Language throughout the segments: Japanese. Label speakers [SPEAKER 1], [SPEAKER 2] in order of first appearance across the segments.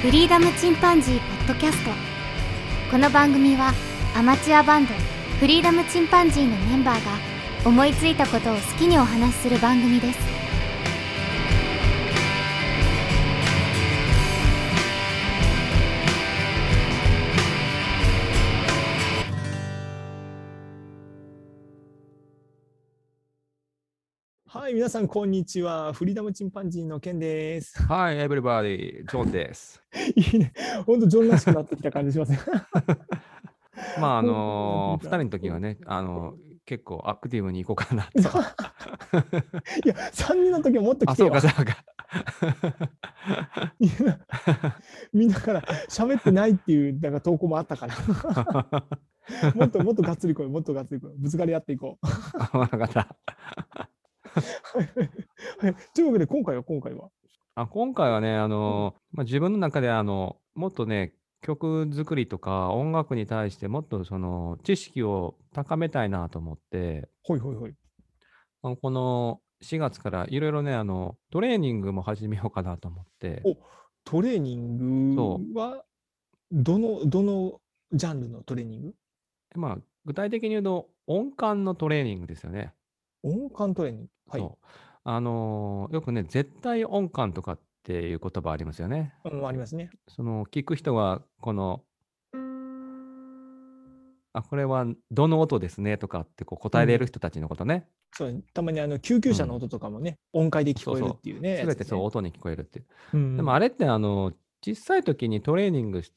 [SPEAKER 1] フリーダムチンパンジーポッドキャスト。この番組はアマチュアバンドフリーダムチンパンジーのメンバーが思いついたことを好きにお話しする番組です。
[SPEAKER 2] はい、皆さん、こんにちは。フリーダムチンパンジーのケンです。
[SPEAKER 3] Hi, everybody. ジョンです。
[SPEAKER 2] いいね。ほんと、ジョンらしくなってきた感じしません。
[SPEAKER 3] まあ、
[SPEAKER 2] 2
[SPEAKER 3] 2人の時はね、結構アクティブに行こうかなと。
[SPEAKER 2] いや、3人の時はもっと来
[SPEAKER 3] あ、
[SPEAKER 2] てよ。
[SPEAKER 3] そうか。
[SPEAKER 2] みんなから喋ってないっていうなんか投稿もあったから。もっとがっつり来い、もっとがっつり来い。ぶつかり合っていこう。
[SPEAKER 3] わかった。
[SPEAKER 2] はい、というわけで、今回は
[SPEAKER 3] 今回はね、自分の中でもっとね、曲作りとか音楽に対してもっとその知識を高めたいなと思って、
[SPEAKER 2] ほいほいほい。
[SPEAKER 3] この4月からいろいろね、トレーニングも始めようかなと思って。
[SPEAKER 2] お、トレーニ
[SPEAKER 3] そ
[SPEAKER 2] ングはどのジャンルのトレーニング？
[SPEAKER 3] う。具体的に言うと、音感のトレーニングですよね。
[SPEAKER 2] 音感トレーニング。はい。
[SPEAKER 3] そう。よくね、絶対音感とかっていう言葉ありますよね。
[SPEAKER 2] うん、ありますね。
[SPEAKER 3] その聞く人がこの、これはどの音ですねとかってこう答えれる人たちのことね。
[SPEAKER 2] そう、たまに救急車の
[SPEAKER 3] うん。
[SPEAKER 2] 音とかもね、音階で聞こえるっ
[SPEAKER 3] そうそ
[SPEAKER 2] ていうね、
[SPEAKER 3] う。すべ
[SPEAKER 2] やつですね。
[SPEAKER 3] てそう音に聞こえるっていう。でも
[SPEAKER 2] うん
[SPEAKER 3] あれって小さい時にトレーニングして、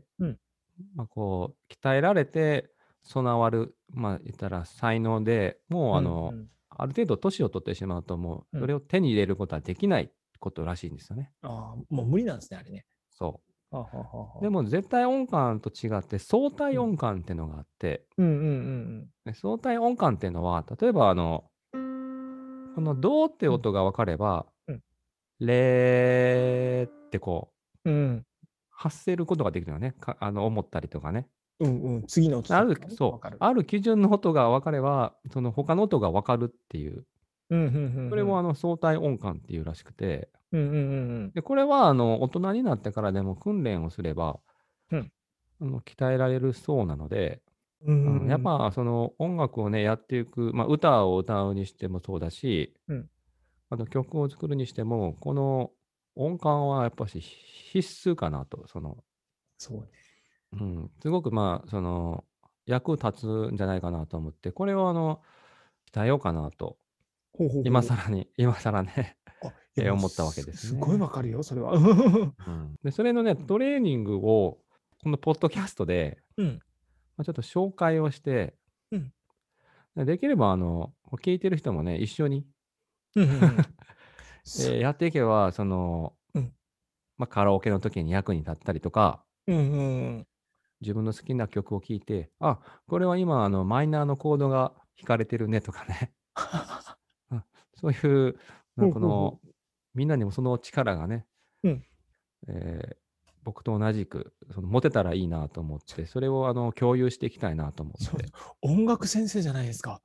[SPEAKER 2] うん。
[SPEAKER 3] こう鍛えられて備わる、言ったら才能で、もう
[SPEAKER 2] うんうん。
[SPEAKER 3] ある程度年を取ってしまうと、もう
[SPEAKER 2] うん。
[SPEAKER 3] それを手に入れることはできないことらしいんですよね。
[SPEAKER 2] ああ、もう無理なんですね、あれね。
[SPEAKER 3] そう。
[SPEAKER 2] はあはあはあはあ。
[SPEAKER 3] でも絶対音感と違って相対
[SPEAKER 2] うん。
[SPEAKER 3] 音感っていうのがあって、
[SPEAKER 2] うんうんうん
[SPEAKER 3] で、相対音感っていうのは、例えばこのドって
[SPEAKER 2] うん。
[SPEAKER 3] 音が分かれば、
[SPEAKER 2] うん。
[SPEAKER 3] レーってこう
[SPEAKER 2] うん。
[SPEAKER 3] 発せることができるよね。思ったりとかね。
[SPEAKER 2] うんうん。次の音とかね、わかる。
[SPEAKER 3] ある基準の音が分かれば、その他の音が分かるっていう、
[SPEAKER 2] うん、ふんふん
[SPEAKER 3] それ
[SPEAKER 2] ふん。
[SPEAKER 3] も相対音感っていうらしくて、
[SPEAKER 2] うんうんうんうん。
[SPEAKER 3] で、これは大人になってからでも訓練をすれば、
[SPEAKER 2] うん。
[SPEAKER 3] 鍛えられるそうなので、
[SPEAKER 2] うんうん
[SPEAKER 3] やっ
[SPEAKER 2] うん。
[SPEAKER 3] ぱその音楽をね、やっていく、歌を歌うにしてもそうだし、
[SPEAKER 2] うん。
[SPEAKER 3] あと曲を作るにしても、この音感はやっぱし必須かなと、
[SPEAKER 2] そうね。
[SPEAKER 3] すごく役立つんじゃないかなと思って、これを鍛えようかなと、
[SPEAKER 2] ほうほうほうほう。
[SPEAKER 3] 今更ね、
[SPEAKER 2] あ、いや、もう、
[SPEAKER 3] 思ったわけです
[SPEAKER 2] すごいわ
[SPEAKER 3] ね。
[SPEAKER 2] かるよ、それは。
[SPEAKER 3] で、それのね、トレーニングを、このポッドキャストで、
[SPEAKER 2] うん。
[SPEAKER 3] ちょっと紹介をして、
[SPEAKER 2] うん。
[SPEAKER 3] できれば聞いてる人もね、一緒に
[SPEAKER 2] うんうんうん。
[SPEAKER 3] やっていけば、
[SPEAKER 2] うん。
[SPEAKER 3] カラオケの時に役に立ったりとか、
[SPEAKER 2] うんうんうん。
[SPEAKER 3] 自分の好きな曲を聴いて、これは今マイナーのコードが弾かれてるねとかね。うん、そういう、
[SPEAKER 2] ほうほうほう。
[SPEAKER 3] この、みんなにもその力がね、
[SPEAKER 2] うん。
[SPEAKER 3] えー僕と同じく、持てたらいいなと思って、それを共有していきたいなと思
[SPEAKER 2] そう、
[SPEAKER 3] って。
[SPEAKER 2] 音楽先生じゃないですか。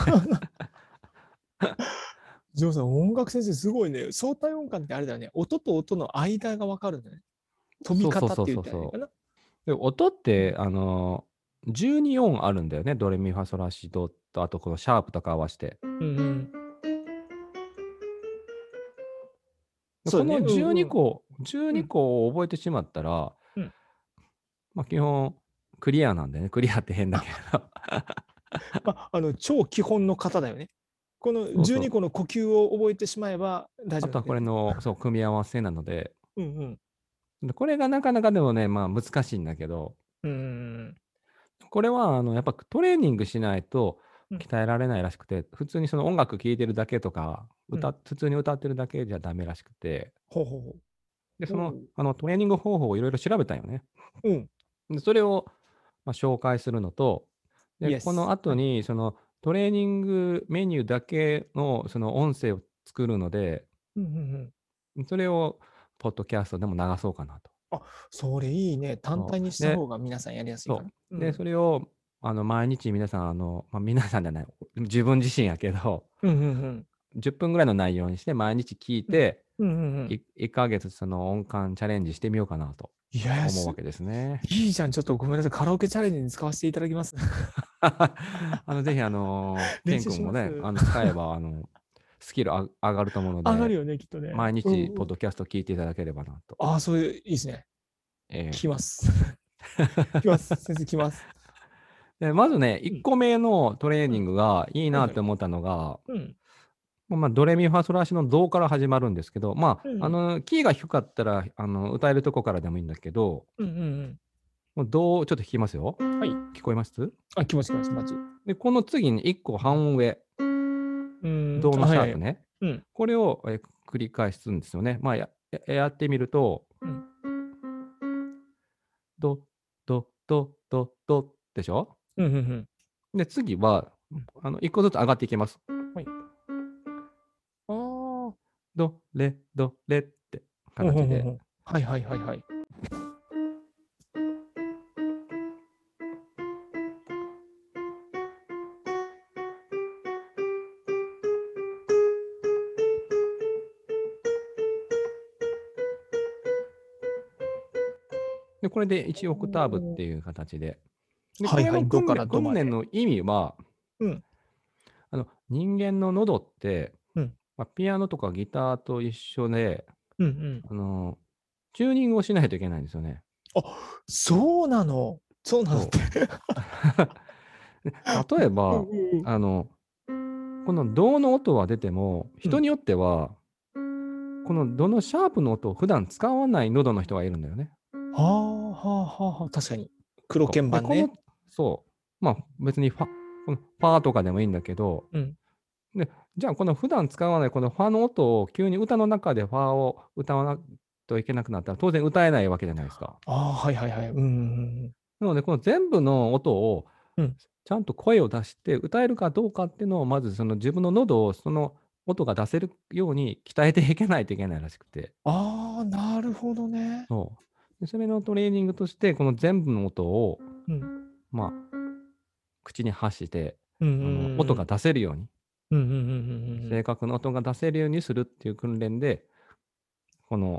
[SPEAKER 2] ジョーさん、音楽先生すごいね。相対音感ってあれだよね。音と音の間がわかるんだね。飛び方って言ったらいいのかな。
[SPEAKER 3] で、音っ
[SPEAKER 2] うん。
[SPEAKER 3] て、12音あるんだよね。ドレミファソラシドと、あとこのシャープとか合わして。
[SPEAKER 2] うんうん。
[SPEAKER 3] で、この
[SPEAKER 2] そうだね。うんうん。
[SPEAKER 3] 12
[SPEAKER 2] うん。
[SPEAKER 3] 個を覚えてしまったら、
[SPEAKER 2] うん。
[SPEAKER 3] 基本クリアなんでね。クリアって変だけど。
[SPEAKER 2] 超基本の方だよね。この12
[SPEAKER 3] そうそう。
[SPEAKER 2] 個の呼吸を覚えてしまえば大
[SPEAKER 3] あとはこれ
[SPEAKER 2] 丈夫なんだよね。
[SPEAKER 3] の、そう、組み合わせなので、
[SPEAKER 2] うんうん。
[SPEAKER 3] で、これがなかなかでもね、難しいんだけど、
[SPEAKER 2] うんうん
[SPEAKER 3] これはやっぱトレーニングしないと
[SPEAKER 2] うん。
[SPEAKER 3] 鍛えられないらしくて、普通にその音楽聴いてるだけとか、
[SPEAKER 2] うん。
[SPEAKER 3] 普通に歌ってるだけじゃダメらしくて、
[SPEAKER 2] ほうほうほう。
[SPEAKER 3] で、
[SPEAKER 2] おう。
[SPEAKER 3] トレーニング方法をいろいろ調べたんよね。
[SPEAKER 2] うん。
[SPEAKER 3] で、それを、紹介するのと、で、
[SPEAKER 2] イエス。
[SPEAKER 3] この後
[SPEAKER 2] はい。
[SPEAKER 3] にそのトレーニングメニューだけのその音声を作るので、
[SPEAKER 2] うんうんうん。
[SPEAKER 3] それをポッドキャストでも流そうかなと。
[SPEAKER 2] あ、それいいね。単体にした方
[SPEAKER 3] で、
[SPEAKER 2] が皆さんやりやすいかな。
[SPEAKER 3] そう。で、
[SPEAKER 2] うん。
[SPEAKER 3] それを毎日皆さん皆さんじゃない、自分自身やけど、
[SPEAKER 2] うんうんうん。
[SPEAKER 3] 10分ぐらいの内容にして毎日聞いて、
[SPEAKER 2] うんうんうん。
[SPEAKER 3] 1ヶ月その音感チャレンジしてみようかなと
[SPEAKER 2] いや
[SPEAKER 3] 思うわけですね。
[SPEAKER 2] いいじゃん。ちょっとごめんなさい。カラオケチャレンジに使わせていただきます。
[SPEAKER 3] ぜひケ
[SPEAKER 2] 練
[SPEAKER 3] ン君も
[SPEAKER 2] 習します。
[SPEAKER 3] ね、使えばスキル上がると思うので、
[SPEAKER 2] 上がるよね、きっとね。
[SPEAKER 3] 毎
[SPEAKER 2] うん
[SPEAKER 3] 日ポッ
[SPEAKER 2] うん。
[SPEAKER 3] ドキャスト聞いていただければなと。
[SPEAKER 2] ああ、そういう、いいですね。聞
[SPEAKER 3] え
[SPEAKER 2] きます。聞きます。先生、聞きます。
[SPEAKER 3] でまずね、1
[SPEAKER 2] うん。
[SPEAKER 3] 個目のトレー
[SPEAKER 2] うん。
[SPEAKER 3] ニングがいい
[SPEAKER 2] はいはい。
[SPEAKER 3] なって思ったのが、
[SPEAKER 2] うん。
[SPEAKER 3] ドレミファソラシのドから始まるんですけど、
[SPEAKER 2] うんうん。
[SPEAKER 3] キーが低かったら歌えるとこからでもいいんだけど、
[SPEAKER 2] うんうんうん。
[SPEAKER 3] もうドちょっと弾きますよ。
[SPEAKER 2] はい。
[SPEAKER 3] 聞こえます？
[SPEAKER 2] あ、聞きます、聞きます、マジ。
[SPEAKER 3] で、この次に1個半音上、ドの
[SPEAKER 2] はいはい。
[SPEAKER 3] シャープね。
[SPEAKER 2] うん。
[SPEAKER 3] これを繰り返すんですよね。やってみると、
[SPEAKER 2] うん。
[SPEAKER 3] ド、ドでしょ？
[SPEAKER 2] うんうんうん。
[SPEAKER 3] で、次は、1個ずつ上がっていきます。
[SPEAKER 2] はい。ああ。
[SPEAKER 3] ドレって
[SPEAKER 2] ほんほ
[SPEAKER 3] 形で。
[SPEAKER 2] んほんほん。はいはいはいはい。
[SPEAKER 3] で、これで1オクターブっていう形で。で、これ
[SPEAKER 2] はいはい。ドから
[SPEAKER 3] の
[SPEAKER 2] ドまで。
[SPEAKER 3] 訓練の意味は、
[SPEAKER 2] うん。
[SPEAKER 3] 人間の喉って、
[SPEAKER 2] うん。
[SPEAKER 3] ピアノとかギターと一緒で、
[SPEAKER 2] うんうん。
[SPEAKER 3] チューニングをしないといけないんですよね。
[SPEAKER 2] あ、そうなの。そうなのっ
[SPEAKER 3] そ
[SPEAKER 2] て。
[SPEAKER 3] う。例え
[SPEAKER 2] うん
[SPEAKER 3] ば、
[SPEAKER 2] うんうん。
[SPEAKER 3] このドの音は出ても、
[SPEAKER 2] うん。
[SPEAKER 3] 人によっては、このドのシャープの音を普段使わない喉の人がいるんだよね。
[SPEAKER 2] はあはあはあはあ。確かに。黒鍵
[SPEAKER 3] で、
[SPEAKER 2] 盤ね。
[SPEAKER 3] 別にこのファーとかでもいいんだけど、
[SPEAKER 2] うん。
[SPEAKER 3] で、じゃあこの普段使わないこのファの音を急に歌の中でファを歌わないといけなくなったら当然歌えないわけじゃないですか。
[SPEAKER 2] ああ、はいはいはい。うんうん
[SPEAKER 3] なのでこの全部の音を
[SPEAKER 2] うん。うん。
[SPEAKER 3] ちゃんと声を出して歌えるかどうかっていうのをまずその自分の喉をその音が出せるように鍛えていけないといけないらしくて。
[SPEAKER 2] ああ、なるほどね。
[SPEAKER 3] そう。で、それのトレーニングとしてこの全部の音を、
[SPEAKER 2] うん。
[SPEAKER 3] まあ、口に発して、
[SPEAKER 2] うんうんうんうん。
[SPEAKER 3] 音が出せるように、
[SPEAKER 2] うんうんうんうんうんうん。
[SPEAKER 3] 正確な音が出せるようにするっていう訓練で、この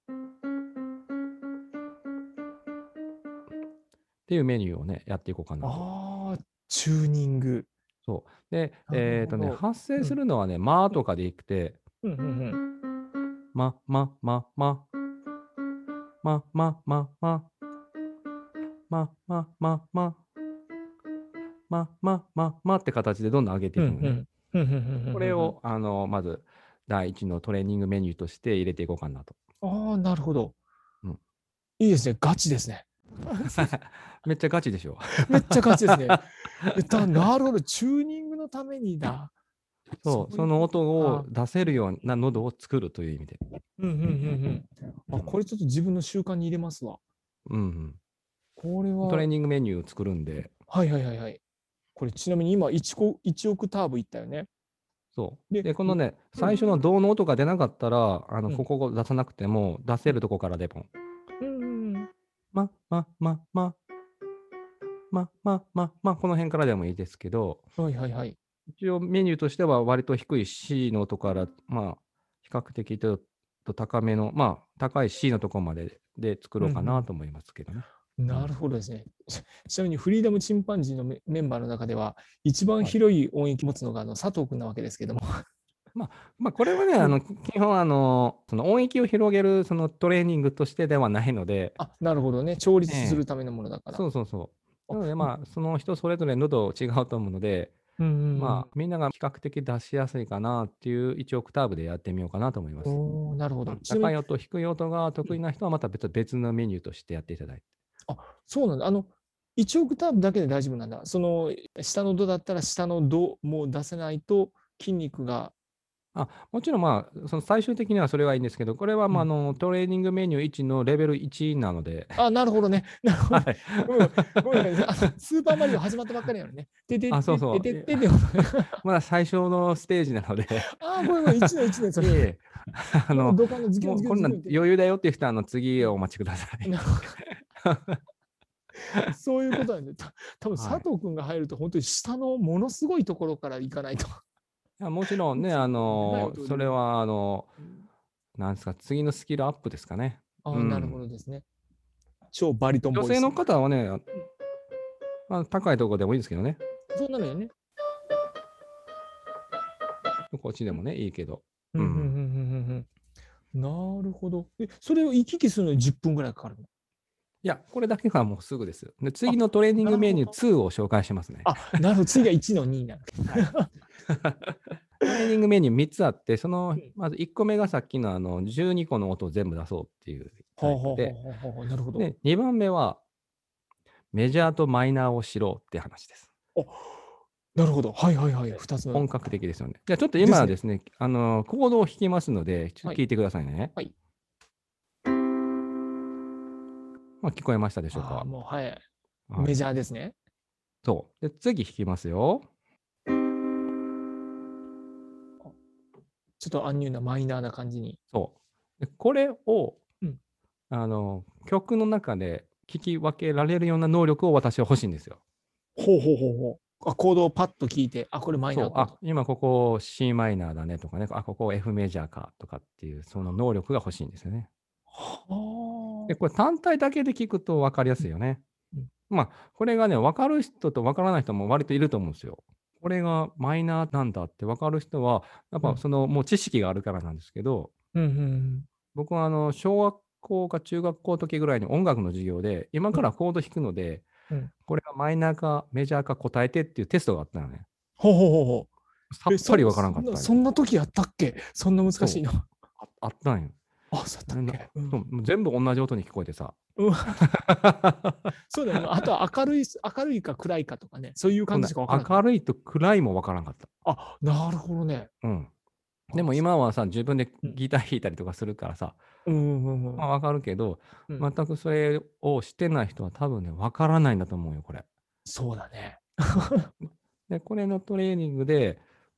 [SPEAKER 3] っていうメニューをね、やっていこうかなと。
[SPEAKER 2] ああ、チューニング。
[SPEAKER 3] そう。で、
[SPEAKER 2] なるほど。
[SPEAKER 3] 発声
[SPEAKER 2] うん。
[SPEAKER 3] するのはね、ま
[SPEAKER 2] うん。
[SPEAKER 3] とかでいくて、
[SPEAKER 2] うんうんうん。
[SPEAKER 3] ま、ま、ま、ま、ま、ま、ま、ま、ま、ま、ま、ま、ま、ま、ま、まって形でどんどん上げていくのね。
[SPEAKER 2] うんうん。うんうんうんうんうんうん。
[SPEAKER 3] これを、まず、第一のトレーニングメニューとして入れていこうかなと。
[SPEAKER 2] ああ、なるほど。
[SPEAKER 3] うん。
[SPEAKER 2] いいですね。ガチですね。
[SPEAKER 3] めっちゃガチでしょ。
[SPEAKER 2] めっちゃガチですね。なるほど。チューニングのためにだ。そ
[SPEAKER 3] そう、
[SPEAKER 2] ういうこ
[SPEAKER 3] その音
[SPEAKER 2] とか。
[SPEAKER 3] を出せるような喉を作るという意味で。
[SPEAKER 2] うんうんうんうん。あ、
[SPEAKER 3] うん。
[SPEAKER 2] これちょっと自分の習慣に入れますわ。
[SPEAKER 3] うんうん。トレー
[SPEAKER 2] これは、
[SPEAKER 3] ニングメニューを作るんで、
[SPEAKER 2] はいはいはいはい。これちなみに今1オクターブいったよね。
[SPEAKER 3] そう。
[SPEAKER 2] で、
[SPEAKER 3] で、このね、
[SPEAKER 2] うん、
[SPEAKER 3] 最初のドの音が出なかったら、
[SPEAKER 2] うん、
[SPEAKER 3] ここを出さなくても、出せ
[SPEAKER 2] うん、
[SPEAKER 3] るとこからでも、
[SPEAKER 2] うん、うん。
[SPEAKER 3] ま、ま、ま、ま、ま、ま、ま、ま、この辺からでもいいですけど、
[SPEAKER 2] はいはいはい。
[SPEAKER 3] 一応メニューとしては割と低い C の音から、比較的高めの、高い C のところまで作ろうかな
[SPEAKER 2] うん
[SPEAKER 3] と思いますけどね。
[SPEAKER 2] うん。
[SPEAKER 3] うん。
[SPEAKER 2] なるほどですね。ちなみにフリーダムチンパンジーのメンバーの中では、一番
[SPEAKER 3] はい。
[SPEAKER 2] 広い音域持つのが佐藤君なわけですけども。
[SPEAKER 3] これはね、
[SPEAKER 2] うん。
[SPEAKER 3] 基本その音域を広げるそのトレーニングとしてではないので、
[SPEAKER 2] あ、なるほどね。調律する
[SPEAKER 3] ええ、
[SPEAKER 2] ためのものだから。
[SPEAKER 3] そうそうそう。
[SPEAKER 2] あ、
[SPEAKER 3] なので、その人それぞれ喉違うと思うので、
[SPEAKER 2] うんうん
[SPEAKER 3] みんなが比較的出しやすいかなっていう1オクターブでやってみようかなと思いま
[SPEAKER 2] うん。
[SPEAKER 3] す。
[SPEAKER 2] おお、なるほど。
[SPEAKER 3] うん、
[SPEAKER 2] ちなみに、
[SPEAKER 3] 高い音、低い音が
[SPEAKER 2] うん、
[SPEAKER 3] 得意な人はまた別のメニューとしてやっていただいて。
[SPEAKER 2] あ、そうなんだ。1オクターブだけで大丈夫なんだ。その、下のドだったら下のドも出せないと筋肉が、
[SPEAKER 3] もちろん、その最終的にはそれはいいんですけど、これは
[SPEAKER 2] うん。
[SPEAKER 3] トレーニングメニュー1のレベル1なので、
[SPEAKER 2] あ、なるほどね。なるほどね。
[SPEAKER 3] はい。
[SPEAKER 2] ごめんごめん。ごめんなさい。スーパーマリオ始まったばっかりなのね。てて
[SPEAKER 3] そう
[SPEAKER 2] てて
[SPEAKER 3] そう。
[SPEAKER 2] ててってことね。
[SPEAKER 3] まだ最初のステージなので、
[SPEAKER 2] あ、ごめんごめん。1年1年、それ。
[SPEAKER 3] いえいえ、あの、
[SPEAKER 2] 土管のズキュンズキュ
[SPEAKER 3] もうこんなん
[SPEAKER 2] ンズキュンって。
[SPEAKER 3] 余裕だよっていう人は、次
[SPEAKER 2] うん。
[SPEAKER 3] をお待ちください。
[SPEAKER 2] なそういうことなんで、多分
[SPEAKER 3] はい。
[SPEAKER 2] 佐藤君が入ると、本当に下のものすごいところから行かないと。
[SPEAKER 3] やもちろんね、
[SPEAKER 2] 長い音
[SPEAKER 3] それ
[SPEAKER 2] で。
[SPEAKER 3] は
[SPEAKER 2] うん
[SPEAKER 3] なんですか、次のスキルアップですかね。う
[SPEAKER 2] なるほ
[SPEAKER 3] ん。
[SPEAKER 2] どですね。超バリトンボイス。
[SPEAKER 3] 女性の方はね、高いところでもいいですけどね。
[SPEAKER 2] そうなのよね。
[SPEAKER 3] こっちでもね、いいけど。
[SPEAKER 2] うんうんうんうんうんうん。なるほど。それを行き来するのに10分ぐらいかかるの？
[SPEAKER 3] いや、これだけはもうすぐです。で、
[SPEAKER 2] あ、
[SPEAKER 3] 次のトレーニングメニュー
[SPEAKER 2] なる
[SPEAKER 3] 2を紹介しますね。
[SPEAKER 2] なるほど。次が1の2になる。
[SPEAKER 3] トレーニングメニュー3つあって、
[SPEAKER 2] うん
[SPEAKER 3] まず1個目がさっきの12個の音を全部出そうっていうタ
[SPEAKER 2] ほうほうほう
[SPEAKER 3] イプで、
[SPEAKER 2] ほうほうほう。なるほど。
[SPEAKER 3] で、2番目はメジャーとマイナーを知ろうって話です。
[SPEAKER 2] あ、なるほど。はいはいはい。2つ目。
[SPEAKER 3] 本格的ですよね。じゃあちょっと
[SPEAKER 2] ですね。
[SPEAKER 3] 今ですね、コードを弾きますので、ちょっ
[SPEAKER 2] はい。
[SPEAKER 3] と聞いてくださいね。
[SPEAKER 2] はい。
[SPEAKER 3] まあ、聞こえましたでしょうか。
[SPEAKER 2] もう、はい。
[SPEAKER 3] はい。
[SPEAKER 2] メジャーですね。
[SPEAKER 3] そう。で、次弾きますよ。
[SPEAKER 2] ちょっとアンニューなマイナーな感じに。
[SPEAKER 3] そう。で、これを、
[SPEAKER 2] うん
[SPEAKER 3] 曲の中で聞き分けられるような能力を私は欲しいんですよ。
[SPEAKER 2] ほうほうほうほう。コードをパッと聞いて、これマイナ
[SPEAKER 3] そう。
[SPEAKER 2] ーコード。
[SPEAKER 3] 今ここ C マイナーだねとかね、ここ F メジャーかとかっていう、その能力が欲しいんですよね。で、
[SPEAKER 2] はあ。
[SPEAKER 3] これ単体だけで聞くと分かりやすいよね。
[SPEAKER 2] うん
[SPEAKER 3] まあ、これがね、分かる人と分からない人も割といると思うんですよ。これがマイナーなんだって分かる人は、やっぱもう知識があるからなんですけど、
[SPEAKER 2] うんうん
[SPEAKER 3] 僕は小学校か中学校の時ぐらいに音楽の授業で、今
[SPEAKER 2] うん
[SPEAKER 3] からコード弾くので、
[SPEAKER 2] うん
[SPEAKER 3] これがマイナーかメジャーか答えてっていうテストがあったのね。
[SPEAKER 2] ほうほうほうほう。
[SPEAKER 3] さっぱり分からんかったんよ。
[SPEAKER 2] そんな時やったっけ？そんな難しいの？
[SPEAKER 3] あったんよ。
[SPEAKER 2] そうだったっけ？
[SPEAKER 3] そうもう全部同じ音に聞こえてさ。
[SPEAKER 2] うんそうだよ。あとは明るいか暗いかとかね、そういう感じしか分からない。
[SPEAKER 3] 明るいと暗いも分からんかった。
[SPEAKER 2] なるほどね。
[SPEAKER 3] でも今はさ、自分で
[SPEAKER 2] うん
[SPEAKER 3] ギター弾いたりとかするからさ、
[SPEAKER 2] うんうんうん
[SPEAKER 3] まあ分かるけど、
[SPEAKER 2] うん
[SPEAKER 3] 全くそれをしてない人は多分ね、分からないんだと思うよ、これ。
[SPEAKER 2] そうだね。
[SPEAKER 3] で、これのトレーニングで、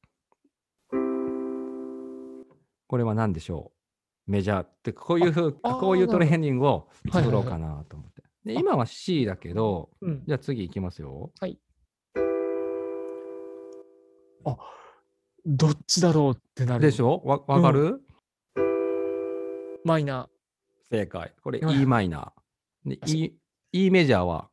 [SPEAKER 3] これは何でしょう。メジャーって、こういうトレーニングを作ろうかなと思って。で、今は C だけど、じゃあ次いきますよ。
[SPEAKER 2] はい。どっちだろうってなる。
[SPEAKER 3] でしょ？わかる？
[SPEAKER 2] マイナ
[SPEAKER 3] 正解。これ
[SPEAKER 2] うん
[SPEAKER 3] E マイナー。で、E メジャーは、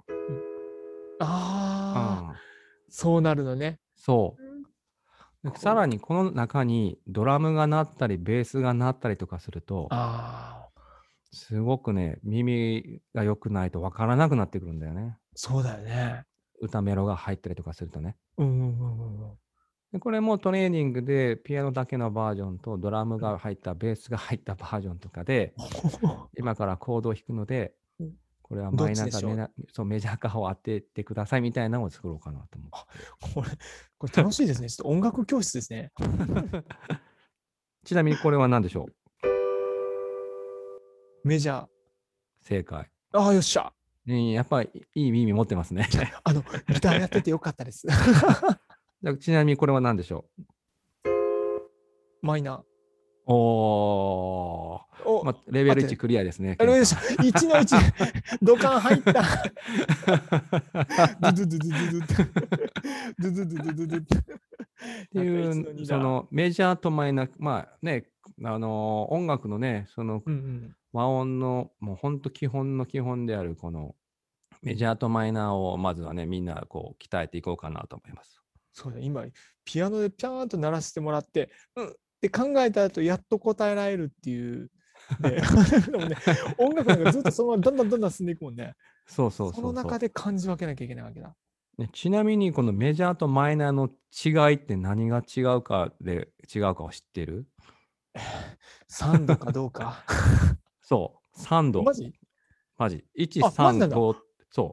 [SPEAKER 2] そうなるのね。
[SPEAKER 3] そう。さらにこの中にドラムが鳴ったり、ベースが鳴ったりとかすると、すごくね、耳が良くないと分からなくなってくるんだよね。
[SPEAKER 2] そうだよね。
[SPEAKER 3] 歌メロが入ったりとかするとね。
[SPEAKER 2] うん
[SPEAKER 3] で、これもトレーニングでピアノだけのバージョンとドラムが入った、ベースが入ったバージョンとかで、今からコードを弾くので、これはマイナーかメジャーかを当ててくださいみたいなのを作ろうかなと思って。
[SPEAKER 2] これ楽しいですね。ちょっと音楽教室ですね。
[SPEAKER 3] ちなみにこれは何でしょ
[SPEAKER 2] う？メジャー。
[SPEAKER 3] 正解。
[SPEAKER 2] よっしゃ。
[SPEAKER 3] やっぱりいい耳持ってますね。
[SPEAKER 2] ギターやっててよかったです。
[SPEAKER 3] ちなみにこれは何でしょ
[SPEAKER 2] う？マイナー。
[SPEAKER 3] レベル1クリアですね。
[SPEAKER 2] 1の1、土管入った。ドゥドゥドゥドゥドゥドゥドゥドゥドゥドゥドゥドゥ
[SPEAKER 3] っていう、そのメジャーとマイナー、まあね、音楽のね、その和音のもうほんと基本の基本であるこのメジャーとマイナーをまずはね、みんなこう鍛えていこうかなと思います。
[SPEAKER 2] そうだ、今、ピアノでピャーンと鳴らしてもらって、って考えた後、やっと答えられるっていう。でもね、音楽なんかずっとそのままどんどん進んでいくもんね。
[SPEAKER 3] そ
[SPEAKER 2] の中で感じ分けなきゃいけないわけだ。
[SPEAKER 3] ちなみにこのメジャーとマイナーの違いって何が違うかを知ってる
[SPEAKER 2] ？3度かどうか。
[SPEAKER 3] そう、3度。
[SPEAKER 2] マジ
[SPEAKER 3] ?1、3、5。そう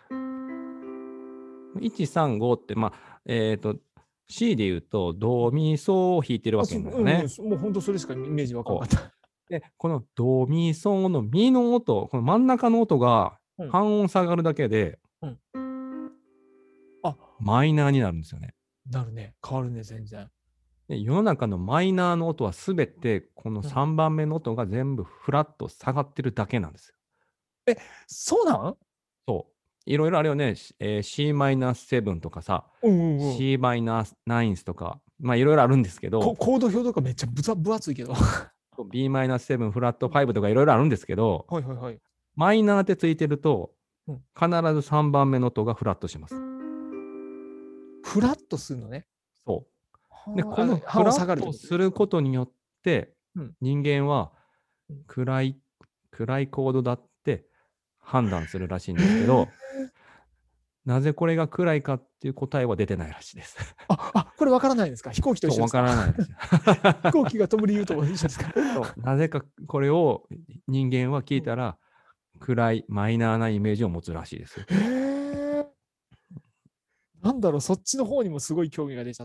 [SPEAKER 3] 。1、3、5って、まあ、C で言うと、ドミソを弾いてるわけだよね。
[SPEAKER 2] もう本当それしかイメージ分かんなかった。
[SPEAKER 3] で、このドミソのミの音、この真ん中の音が半音下がるだけで、マイナーになるんですよね。
[SPEAKER 2] なるね。変わるね、全然。
[SPEAKER 3] で、世の中のマイナーの音はすべて、この3番目の音が全部フラット下がってるだけなんですよ。
[SPEAKER 2] そうなん？
[SPEAKER 3] そう。いろいろあるよね。C マイナー7とかさ、C マイナー9とか、 まあいろいろあるんですけど、
[SPEAKER 2] コード表とかめっちゃ分厚いけど。は
[SPEAKER 3] b-7 フラット5とかいろいろあるんですけど、
[SPEAKER 2] いはいはい。
[SPEAKER 3] マイナーってついてると
[SPEAKER 2] うん、
[SPEAKER 3] 必ず3番目の音がフラットします。
[SPEAKER 2] フラットするのね。
[SPEAKER 3] そう。で、
[SPEAKER 2] はあ
[SPEAKER 3] このフ
[SPEAKER 2] 半音
[SPEAKER 3] ラ
[SPEAKER 2] 下がるってこと
[SPEAKER 3] ットすることによって、
[SPEAKER 2] うん
[SPEAKER 3] 人間は
[SPEAKER 2] うん
[SPEAKER 3] 暗いコードだって判断するらしいんですけど、なぜこれが暗いかっていう答えは出てないらしいです。
[SPEAKER 2] これわからないんですか？飛行機と一
[SPEAKER 3] そう、わ
[SPEAKER 2] 緒ですか？
[SPEAKER 3] からないですよ。
[SPEAKER 2] 飛行機が飛ぶ理由と一緒ですか？
[SPEAKER 3] そうなぜかこれを人間は聞いたら、暗いマイナーなイメージを持つらしいですよ。
[SPEAKER 2] へえ。なんだろう、そっちの方にもすごい興味が出ちゃった。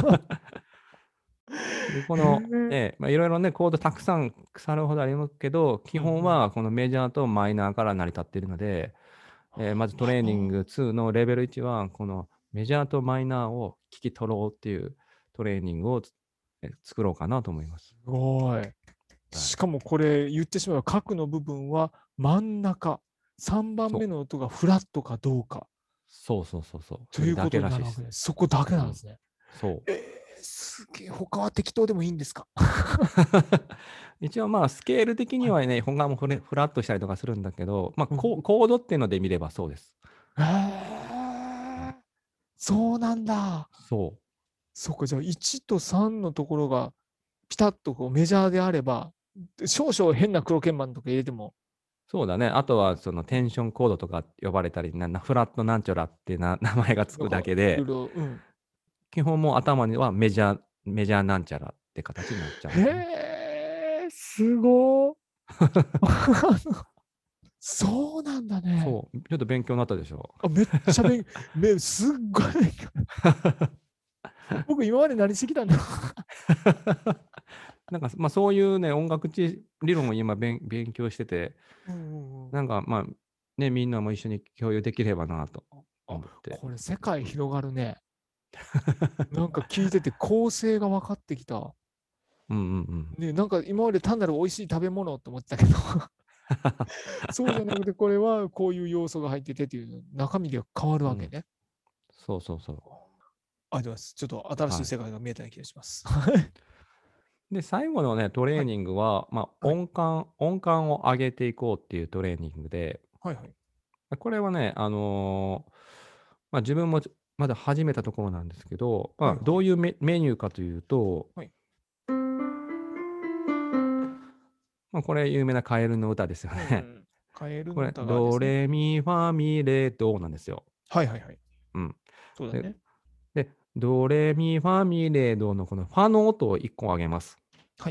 [SPEAKER 3] でこの
[SPEAKER 2] へ
[SPEAKER 3] まあ、いろいろね、コードたくさん腐るほどありますけど、基本はこのメジャーとマイナーから成り立っているので、まずトレーニング2のレベル1は、このメジャーとマイナーを聞き取ろうっていうトレーニングを作ろうかなと思います。
[SPEAKER 2] すごい。しかもこれ言ってしまえば角の部分は真ん中、3番目の音がフラットかどうか
[SPEAKER 3] そうそうそうそう。
[SPEAKER 2] ということにな
[SPEAKER 3] それだけらしいです。
[SPEAKER 2] るわけです。そこだけなんですね。
[SPEAKER 3] そう。
[SPEAKER 2] すげえ。他は適当でもいいんですか？
[SPEAKER 3] 一応まあスケール的にはね、他もフラットしたりとかするんだけど、まあ
[SPEAKER 2] うん
[SPEAKER 3] コードっていうので見ればそうです。
[SPEAKER 2] へえ。そうなんだ。
[SPEAKER 3] そう。
[SPEAKER 2] そっか、じゃあ1と3のところがピタッとこうメジャーであれば、少々変な黒鍵盤とか入れても、
[SPEAKER 3] そうだね。あとはそのテンションコードとか呼ばれたり、フラットなんちゃらって名前がつくだけで、
[SPEAKER 2] いろいろ、
[SPEAKER 3] 基本もう頭にはメジャーなんちゃらって形になっちゃうんですね。
[SPEAKER 2] へえ、すごー。そうなんだね。
[SPEAKER 3] そう。ちょっと勉強になったでしょ。
[SPEAKER 2] めっちゃすっごい勉強。僕今まで何してきたんだろ
[SPEAKER 3] なんかまあそういうね、音楽理論を今勉強してて、
[SPEAKER 2] う。
[SPEAKER 3] なんかまあね、みんなも一緒に共有できればなと思って。
[SPEAKER 2] これ世界広がるね。なんか聞いてて構成が分かってきた。ね、なんか今まで単なる美味しい食べ物と思ってたけどそうじゃなくて、これはこういう要素が入っててっていう中身が変わるわけね。
[SPEAKER 3] そうそうそう。
[SPEAKER 2] ありがとうございます。ちょっと新しい世界が見えたような気がします。
[SPEAKER 3] で、最後のね、トレーニングは、まあ、音感を上げていこうっていうトレーニングで、
[SPEAKER 2] はいはい。
[SPEAKER 3] これはね、まあ、自分もまだ始めたところなんですけど、まあ、
[SPEAKER 2] はいはい
[SPEAKER 3] どういうメニューかというと、
[SPEAKER 2] はい
[SPEAKER 3] まあ、これ有名なカエルの歌ですよね。
[SPEAKER 2] カエル
[SPEAKER 3] これ、
[SPEAKER 2] の歌がで
[SPEAKER 3] ド
[SPEAKER 2] すね。
[SPEAKER 3] レミファミレドなんですよ。
[SPEAKER 2] はいはいはい。
[SPEAKER 3] うん。
[SPEAKER 2] そうだね。
[SPEAKER 3] で、ドレミファミレドのこのファの音を1個上げます。
[SPEAKER 2] はい。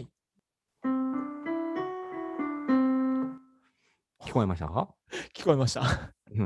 [SPEAKER 3] 聞こえましたか？
[SPEAKER 2] 聞こえました。
[SPEAKER 3] うん。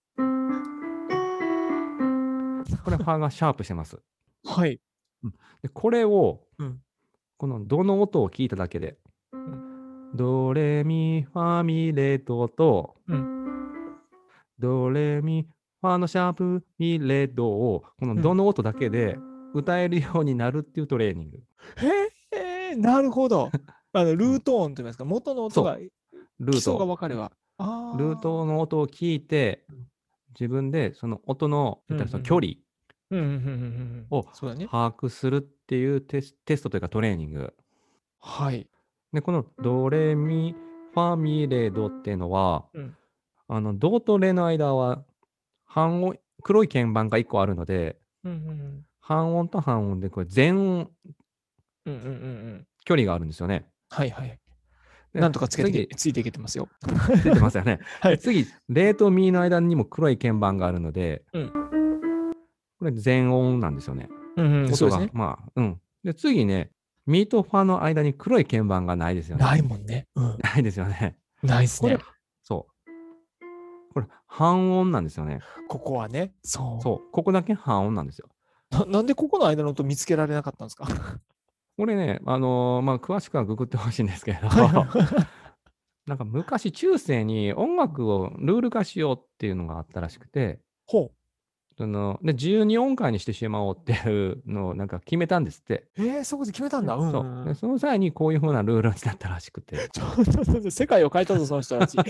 [SPEAKER 3] これファがシャープしてます。
[SPEAKER 2] はい。
[SPEAKER 3] でこれを、
[SPEAKER 2] うん
[SPEAKER 3] このドの音を聞いただけで、ドレミファミレドと、ドレミファのシャープミレドをこのドの音だけで歌えるようになるっていうトレーニング。
[SPEAKER 2] へえ、なるほど。ルート音と言いますか、元の音が
[SPEAKER 3] ルー
[SPEAKER 2] 基礎が
[SPEAKER 3] ト
[SPEAKER 2] 分かれば。
[SPEAKER 3] ルートの音を聞いて、自分でその音のその距離を
[SPEAKER 2] そうだね。
[SPEAKER 3] 把握するっていうテストというかトレーニング。
[SPEAKER 2] はい。
[SPEAKER 3] で、このドレミファミレドっていうのは、ドとレの間は半音、黒い鍵盤が1個あるので、半音と半音でこれ全音、距離があるんですよね。
[SPEAKER 2] はいはい。
[SPEAKER 3] で
[SPEAKER 2] なんとかついていけてますよ。
[SPEAKER 3] ついてますよね。
[SPEAKER 2] はい
[SPEAKER 3] 次、レとミの間にも黒い鍵盤があるので、これ全音なんですよね。
[SPEAKER 2] そうですね。
[SPEAKER 3] まあ、で、次ね、ミとファの間に黒い鍵盤がないですよね。
[SPEAKER 2] ないもんね。
[SPEAKER 3] ないですよね。
[SPEAKER 2] ないですね。
[SPEAKER 3] これ、半音なんですよね。
[SPEAKER 2] ここはね。そう。
[SPEAKER 3] ここだけ半音なんですよ。
[SPEAKER 2] なんでここの間の音見つけられなかったんですか？
[SPEAKER 3] これね、まあ、詳しくはググってほしいんですけど、なんか昔中世に音楽をルール化しようっていうのがあったらしくて、で12音階にしてしまおうっていうのをなんか決めたんですって。
[SPEAKER 2] そこで決めたんだ。
[SPEAKER 3] でその際にこういう風なルールになったらしくて。
[SPEAKER 2] 世界を変えたぞ、その人たち。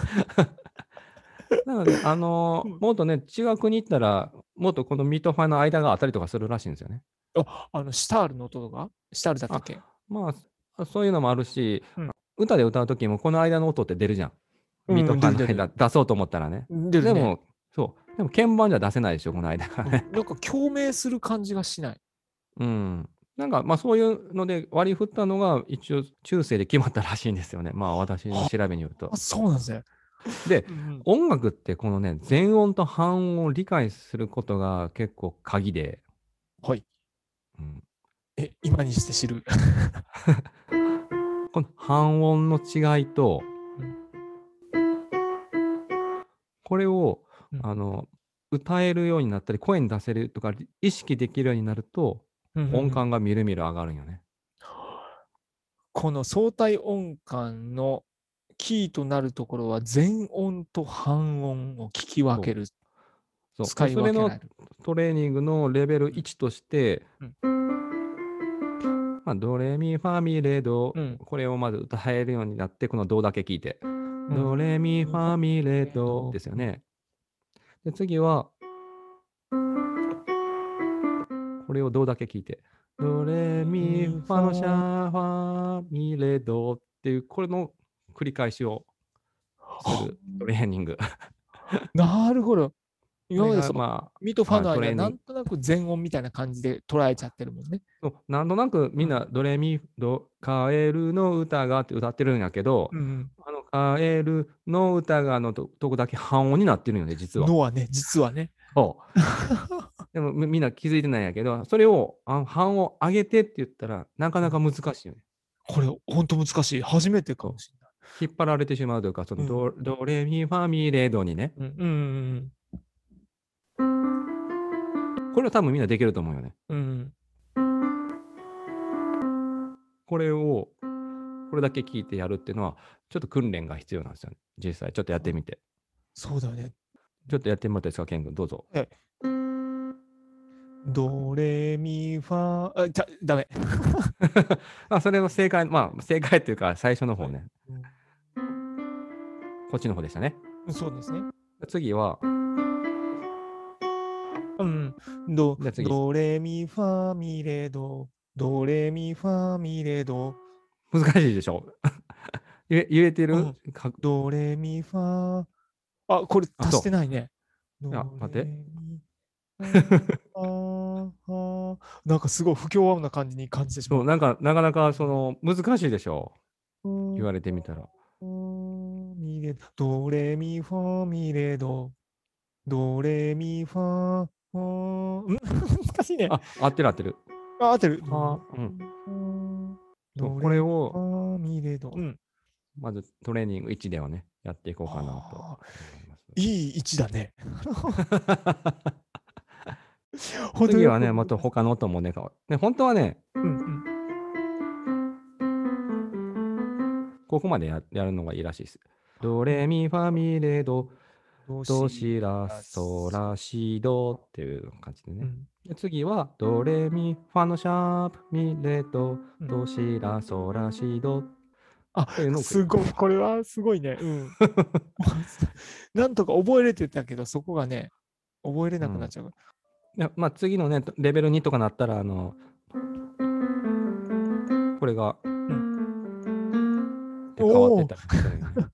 [SPEAKER 3] なので、もっとね、違う国行ったら、もっとこのミとファの間があったりとかするらしいんですよね。
[SPEAKER 2] シタールの音とかシタールだったっけ？
[SPEAKER 3] まあ、そういうのもあるし、
[SPEAKER 2] うん。
[SPEAKER 3] 歌で歌う時もこの間の音って出るじゃん。ミと
[SPEAKER 2] うん、
[SPEAKER 3] ファの
[SPEAKER 2] 出る。
[SPEAKER 3] 間出そうと思ったらね。
[SPEAKER 2] 出るね。
[SPEAKER 3] でも、でも鍵盤じゃ出せないでしょ、この間からね。
[SPEAKER 2] なんか共鳴する感じがしない。
[SPEAKER 3] うん。なんか、そういうので割り振ったのが一応中世で決まったらしいんですよね。私の調べによると。
[SPEAKER 2] そうなんですね。
[SPEAKER 3] で、音楽ってこのね、全音と半音を理解することが結構鍵で。
[SPEAKER 2] はい。
[SPEAKER 3] うん、
[SPEAKER 2] 今にして知る。
[SPEAKER 3] この半音の違いと、これを、歌えるようになったり、声に出せるとか、意識できるようになると、音感がみるみる上がるんよね。
[SPEAKER 2] この相対音感のキーとなるところは全音と半音を聞き分ける。使い
[SPEAKER 3] それの
[SPEAKER 2] 分けられる。
[SPEAKER 3] トレーニングのレベル1として、ドレミファミレド、これをまず歌えるようになって、このドだけ聞いて。ドレミファミレドですよね。で、次は、これをドだけ聞いて。ドレミファのシャファミレドっていう、これの繰り返しをするトレーニング。
[SPEAKER 2] なるほど。今までミとファの間、なんとなく全音みたいな感じで捉えちゃってるもんね。
[SPEAKER 3] なんとなくみんなドレミドカエルの歌がって歌ってるんやけど、カエルの歌がのとこだけ半音になってるよね、実は。
[SPEAKER 2] のはね、実はね。
[SPEAKER 3] でもみんな気づいてないんやけど、それを半音上げてって言ったらなかなか難しいよね。
[SPEAKER 2] これ本当難しい。初めてかもしれない。
[SPEAKER 3] 引っ張られてしまうというか、そのドレミファミレドにね。これは多分みんなできると思うよね。これだけ聞いてやるっていうのは、ちょっと訓練が必要なんですよね。実際、ちょっとやってみて。
[SPEAKER 2] そうだよね。
[SPEAKER 3] ちょっとやってもらっていいですか、ケン君、どうぞ。
[SPEAKER 2] ドレミファ、ダメ。
[SPEAKER 3] それの正解、正解っていうか、最初の方ね。こっちの方でしたね。
[SPEAKER 2] そうですね。
[SPEAKER 3] 次は、
[SPEAKER 2] ドレミファミレド、ドレミファミレド。
[SPEAKER 3] 難しいでしょ言えてる、
[SPEAKER 2] ドレミファ。これ足してないね。
[SPEAKER 3] 待って。
[SPEAKER 2] なんかすごい不協和音な感じに感じてしまう。
[SPEAKER 3] なかなか難しいでしょ言われてみたら。
[SPEAKER 2] ドレミファミレド、ドレミファ、難しいね。
[SPEAKER 3] 合ってる。
[SPEAKER 2] 合ってる。
[SPEAKER 3] これを、まずトレーニング1ではね、やっていこうかなと思います。
[SPEAKER 2] いい位置だね。
[SPEAKER 3] 次はね、また他の音もね、本当はね、ここまでやるのがいいらしいです。ドレミファミレド、ドシラソラシドっていう感じでね。で次はドレミファのシャープミレド、ドシラソラシド。
[SPEAKER 2] すごい、これはすごいね。なんとか覚えれてたけど、そこがね、覚えれなくなっちゃう。
[SPEAKER 3] 次のね、レベル2とかなったら、これが、変わってたりするよね。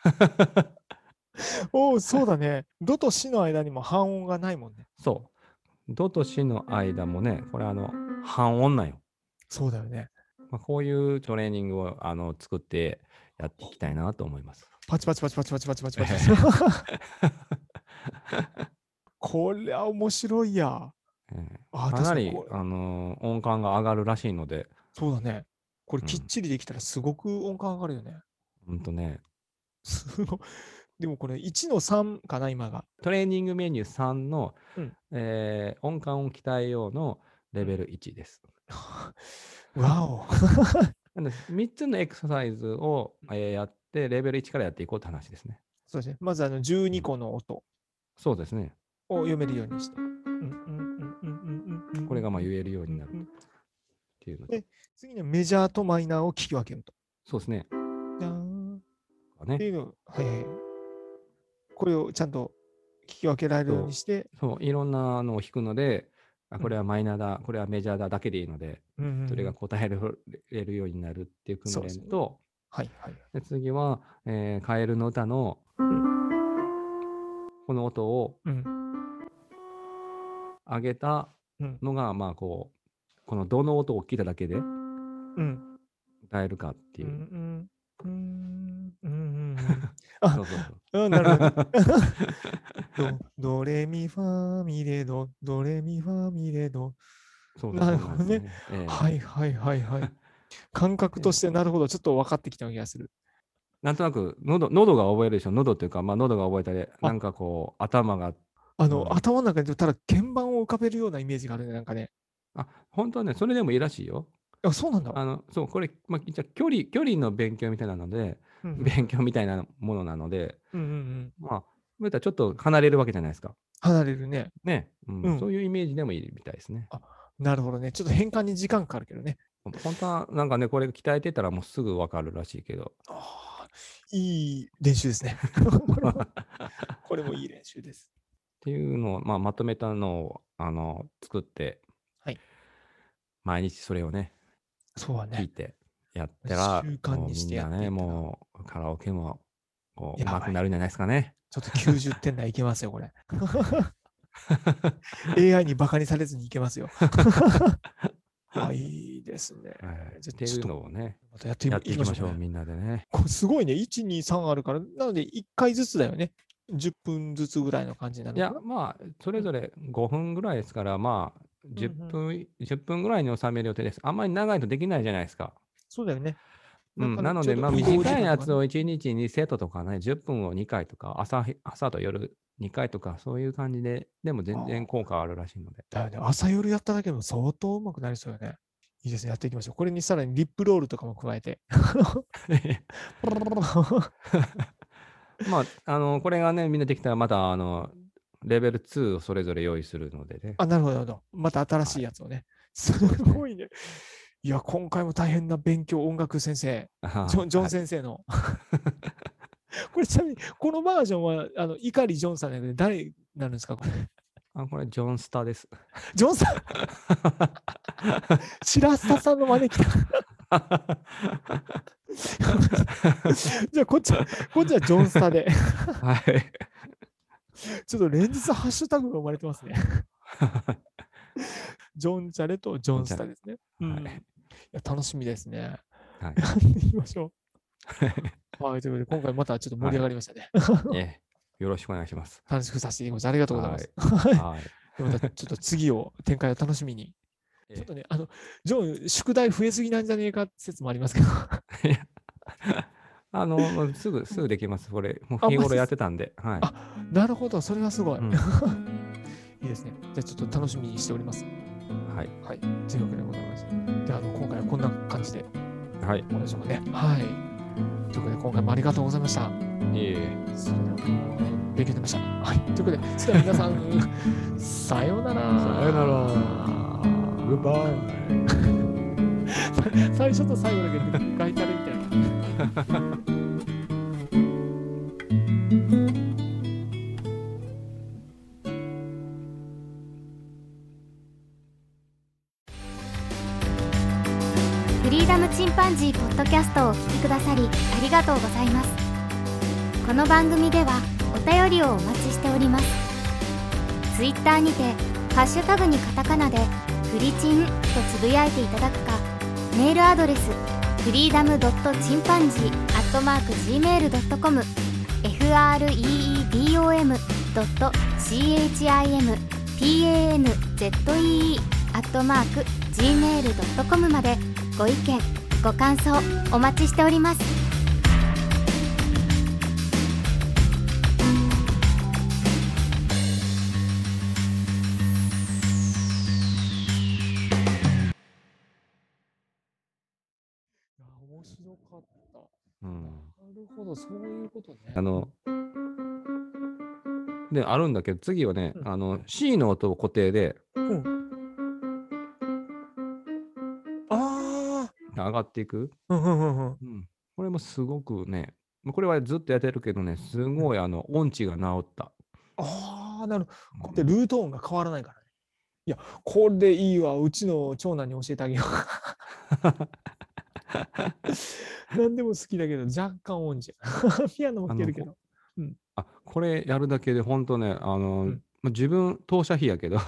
[SPEAKER 2] そうだね。ドとシの間にも半音がないもんね。
[SPEAKER 3] そう。ドとシの間もね、これ半音なんよ。
[SPEAKER 2] そうだよね。
[SPEAKER 3] こういうトレーニングを作ってやっていきたいなと思います。
[SPEAKER 2] パチパチパチパチパチパチパチパチ。これは面白いや。
[SPEAKER 3] かなり音感が上がるらしいので。
[SPEAKER 2] そうだね。これきっちりできたらすごく音感上がるよね。
[SPEAKER 3] ほんとね。
[SPEAKER 2] でもこれ1の3かな、今が。
[SPEAKER 3] トレーニングメニュー3の、音感を鍛えようのレベル1です。
[SPEAKER 2] わお。
[SPEAKER 3] 3つのエクササイズをやって、レベル1からやっていこうって話ですね。
[SPEAKER 2] そうですね。まず12個の音。
[SPEAKER 3] そうですね。
[SPEAKER 2] を読めるようにして。
[SPEAKER 3] これが言えるようになるっていうの
[SPEAKER 2] で、次のメジャーとマイナーを聞き分けると。
[SPEAKER 3] そうですね。
[SPEAKER 2] っていうのを、これをちゃんと聞き分けられるようにして。
[SPEAKER 3] いろんなのを弾くので、 これはマイナーだ、これはメジャーだだけでいいので、それが答えれるようになるっていう訓練と、で次は、カエルの歌の、この音を上げたのが、まあこのどの音を聞いただけで歌えるかっていう。そうそうそう。
[SPEAKER 2] なるほど。ドレミファミレド、ドレミファミレド。なるほどね。はいはいはいはい。感覚としてなるほど、ちょっと分かってきた気がする。
[SPEAKER 3] なんとなく喉が覚えるでしょ。喉っていうか、まあ喉が覚えたり、なんかこう頭が。
[SPEAKER 2] 頭の中でただ鍵盤を浮かべるようなイメージがあるね、なんかね。
[SPEAKER 3] 本当はね、それでもいいらしいよ。
[SPEAKER 2] そうなんだ。
[SPEAKER 3] そう、これ、まあ、じゃ距離の勉強みたいなので、勉強みたいなものなので、まあ、そういったらちょっと離れるわけじゃないですか。
[SPEAKER 2] 離れるね。
[SPEAKER 3] ね、そういうイメージでもいいみたいですね。
[SPEAKER 2] なるほどね。ちょっと変換に時間かかるけどね。
[SPEAKER 3] 本当はなんかね、これ鍛えてたらもうすぐ分かるらしいけど。
[SPEAKER 2] いい練習ですね。これもいい練習です。
[SPEAKER 3] っていうのを、まあ、まとめたのを作って、毎日それをね、聞いてやったら、
[SPEAKER 2] 習慣にしてやって
[SPEAKER 3] みんなね、もうカラオケもこう上手くなるんじゃないですかね。
[SPEAKER 2] ちょっと90点台いけますよ、これ。AI にバカにされずにいけますよ。いいですね。
[SPEAKER 3] っていうのをね、
[SPEAKER 2] またやっていきましょう、
[SPEAKER 3] みんなでね。
[SPEAKER 2] すごいね。1、2、3あるから、なので1回ずつだよね。10分ずつぐらいの感じなのかな。
[SPEAKER 3] いや、まあ、それぞれ5分ぐらいですから、まあ、10分ぐらいに収める予定です。あんまり長いとできないじゃないですか。
[SPEAKER 2] そうだよね。
[SPEAKER 3] なので、まあ、短いやつを1日2セットとかね、10分を2回とか、朝と夜2回とか、そういう感じで、でも全然効果あるらしいので。
[SPEAKER 2] だよね。朝夜やっただけでも相当うまくなりそうよね。いいですね。やっていきましょう。これにさらにリップロールとかも加えて。
[SPEAKER 3] まあ、これがね、みんなできたら、また、レベル2をそれぞれ用意するのでね。
[SPEAKER 2] なるほど、なるほど。また新しいやつをね。すごいね。いや、今回も大変な勉強、音楽先生、ジョン先生の。これちなみに、このバージョンは、碇ジョンさんで誰になるんですか、これ。
[SPEAKER 3] これ、ジョンスタです。
[SPEAKER 2] ジョンさん白スタさんの真似来た。じゃあ、こっちはジョンスタで。
[SPEAKER 3] はい。
[SPEAKER 2] ちょっと連日ハッシュタグが生まれてますね。ジョンチャレとジョンスタですね。楽しみですね。やっていきましょう。はい、ということで、今回またちょっと盛り上がりましたね。
[SPEAKER 3] よろしくお願いします。
[SPEAKER 2] 楽しくさせていただきます。ありがとうございます。はい。またちょっと次を、展開を楽しみに。ちょっとね、ジョン、宿題増えすぎなんじゃねえか説もありますけど。
[SPEAKER 3] すぐできます。これ、もう日頃やってたんで。はい。
[SPEAKER 2] なるほど、それはすごい。いいですね。じゃあちょっと楽しみにしております。
[SPEAKER 3] はい。
[SPEAKER 2] はい。というわけでございます。で、今回はこんな感じで。
[SPEAKER 3] はい。
[SPEAKER 2] どうでしょうかね。はい。ということで、今回もありがとうございました。
[SPEAKER 3] いえいえ。
[SPEAKER 2] それでは、勉強になりました。はい。ということで、それでは皆さん、さようなら。
[SPEAKER 3] さようなら。グッバ
[SPEAKER 2] イ。最初と最後だけガイタレみたいな。
[SPEAKER 1] フリーダムチンパンジーポッドキャストをお聞きくださりありがとうございます。この番組ではお便りをお待ちしております。ツイッターにてハッシュタグにカタカナでフリチンとつぶやいていただくか、メールアドレスフリーダムドットチンパンジー@gmail.com freedom ドット chimpanzee@gmail.com までご意見ご感想お待ちしております。
[SPEAKER 2] 面白かった。なるほど、そういうことね。
[SPEAKER 3] で、あるんだけど、次はね、C の音を固定で、上がっていく。これもすごくね、これはずっとやってるけどね、すごい音痴が治った。
[SPEAKER 2] なるほど。こうやってルート音が変わらないからね。 これいいわ。うちの長男に教えてあげよう。何でも好きだけど、若干音痴。ピアノも弾けるけど。
[SPEAKER 3] これやるだけで本当ね、
[SPEAKER 2] ん
[SPEAKER 3] 自分、当社費やけど、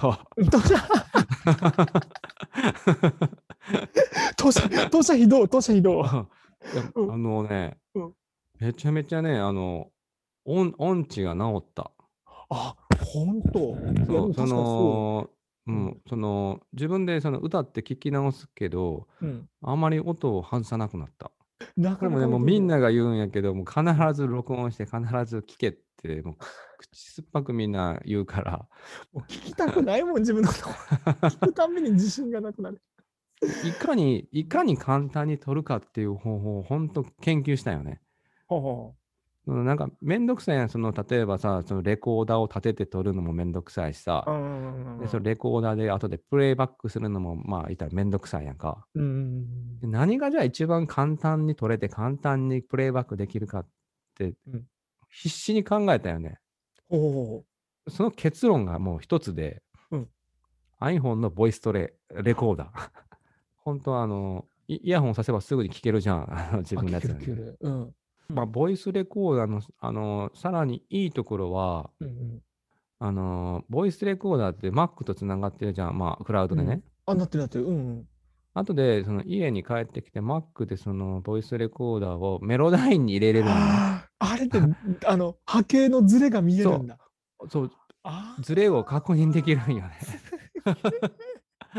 [SPEAKER 2] 当社非道、当社非道。
[SPEAKER 3] いや、
[SPEAKER 2] うん
[SPEAKER 3] めちゃめちゃね、音痴が治った。
[SPEAKER 2] あ、本当。
[SPEAKER 3] そう、
[SPEAKER 2] 確かにそ
[SPEAKER 3] 自分で歌って聞き直すけど、
[SPEAKER 2] う。
[SPEAKER 3] あんまり音を外さなくなった。これもね、
[SPEAKER 2] なかなか
[SPEAKER 3] もうみんなが言うんやけど、もう必ず録音して必ず聞けって、もう口酸っぱくみんな言うから、
[SPEAKER 2] もう聞きたくないもん、自分のこと。聞くたびに自信がなくなる。
[SPEAKER 3] いかに簡単に撮るかっていう方法を本当研究したよね。
[SPEAKER 2] は
[SPEAKER 3] なんかめんどくさいやん、例えばさ、レコーダーを立てて撮るのもめんどくさいしさ、
[SPEAKER 2] あ。うん
[SPEAKER 3] で、そのレコーダーで後でプレイバックするのも、まあ、言ったらめんどくさいやんか。
[SPEAKER 2] うん
[SPEAKER 3] で何がじゃあ一番簡単に撮れて簡単にプレイバックできるかって
[SPEAKER 2] うん
[SPEAKER 3] 必死に考えたよね。
[SPEAKER 2] ほ
[SPEAKER 3] その結論がもう一つで、
[SPEAKER 2] うん
[SPEAKER 3] iPhone のボイスレコーダー。本当イヤホンさせばすぐに聞けるじゃん。自
[SPEAKER 2] あ、
[SPEAKER 3] 分のやつよね。
[SPEAKER 2] 聞ける聞ける。うん。
[SPEAKER 3] まあ、ボイスレコーダーの、さらにいいところは、
[SPEAKER 2] うん
[SPEAKER 3] ボイスレコーダーって Mac とつながってるじゃん。まあ、クラウドでね。
[SPEAKER 2] あ、なってるなってる。
[SPEAKER 3] 後で、家に帰ってきて Mac でボイスレコーダーをメロダインに入れれるのね。
[SPEAKER 2] あれって、波形のズレが見えるんだ。
[SPEAKER 3] そう、
[SPEAKER 2] あ
[SPEAKER 3] ズレを確認できるんよね。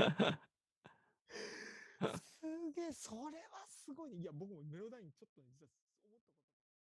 [SPEAKER 2] すげえ、それはすごいね。いや、僕もメロダインちょっと実は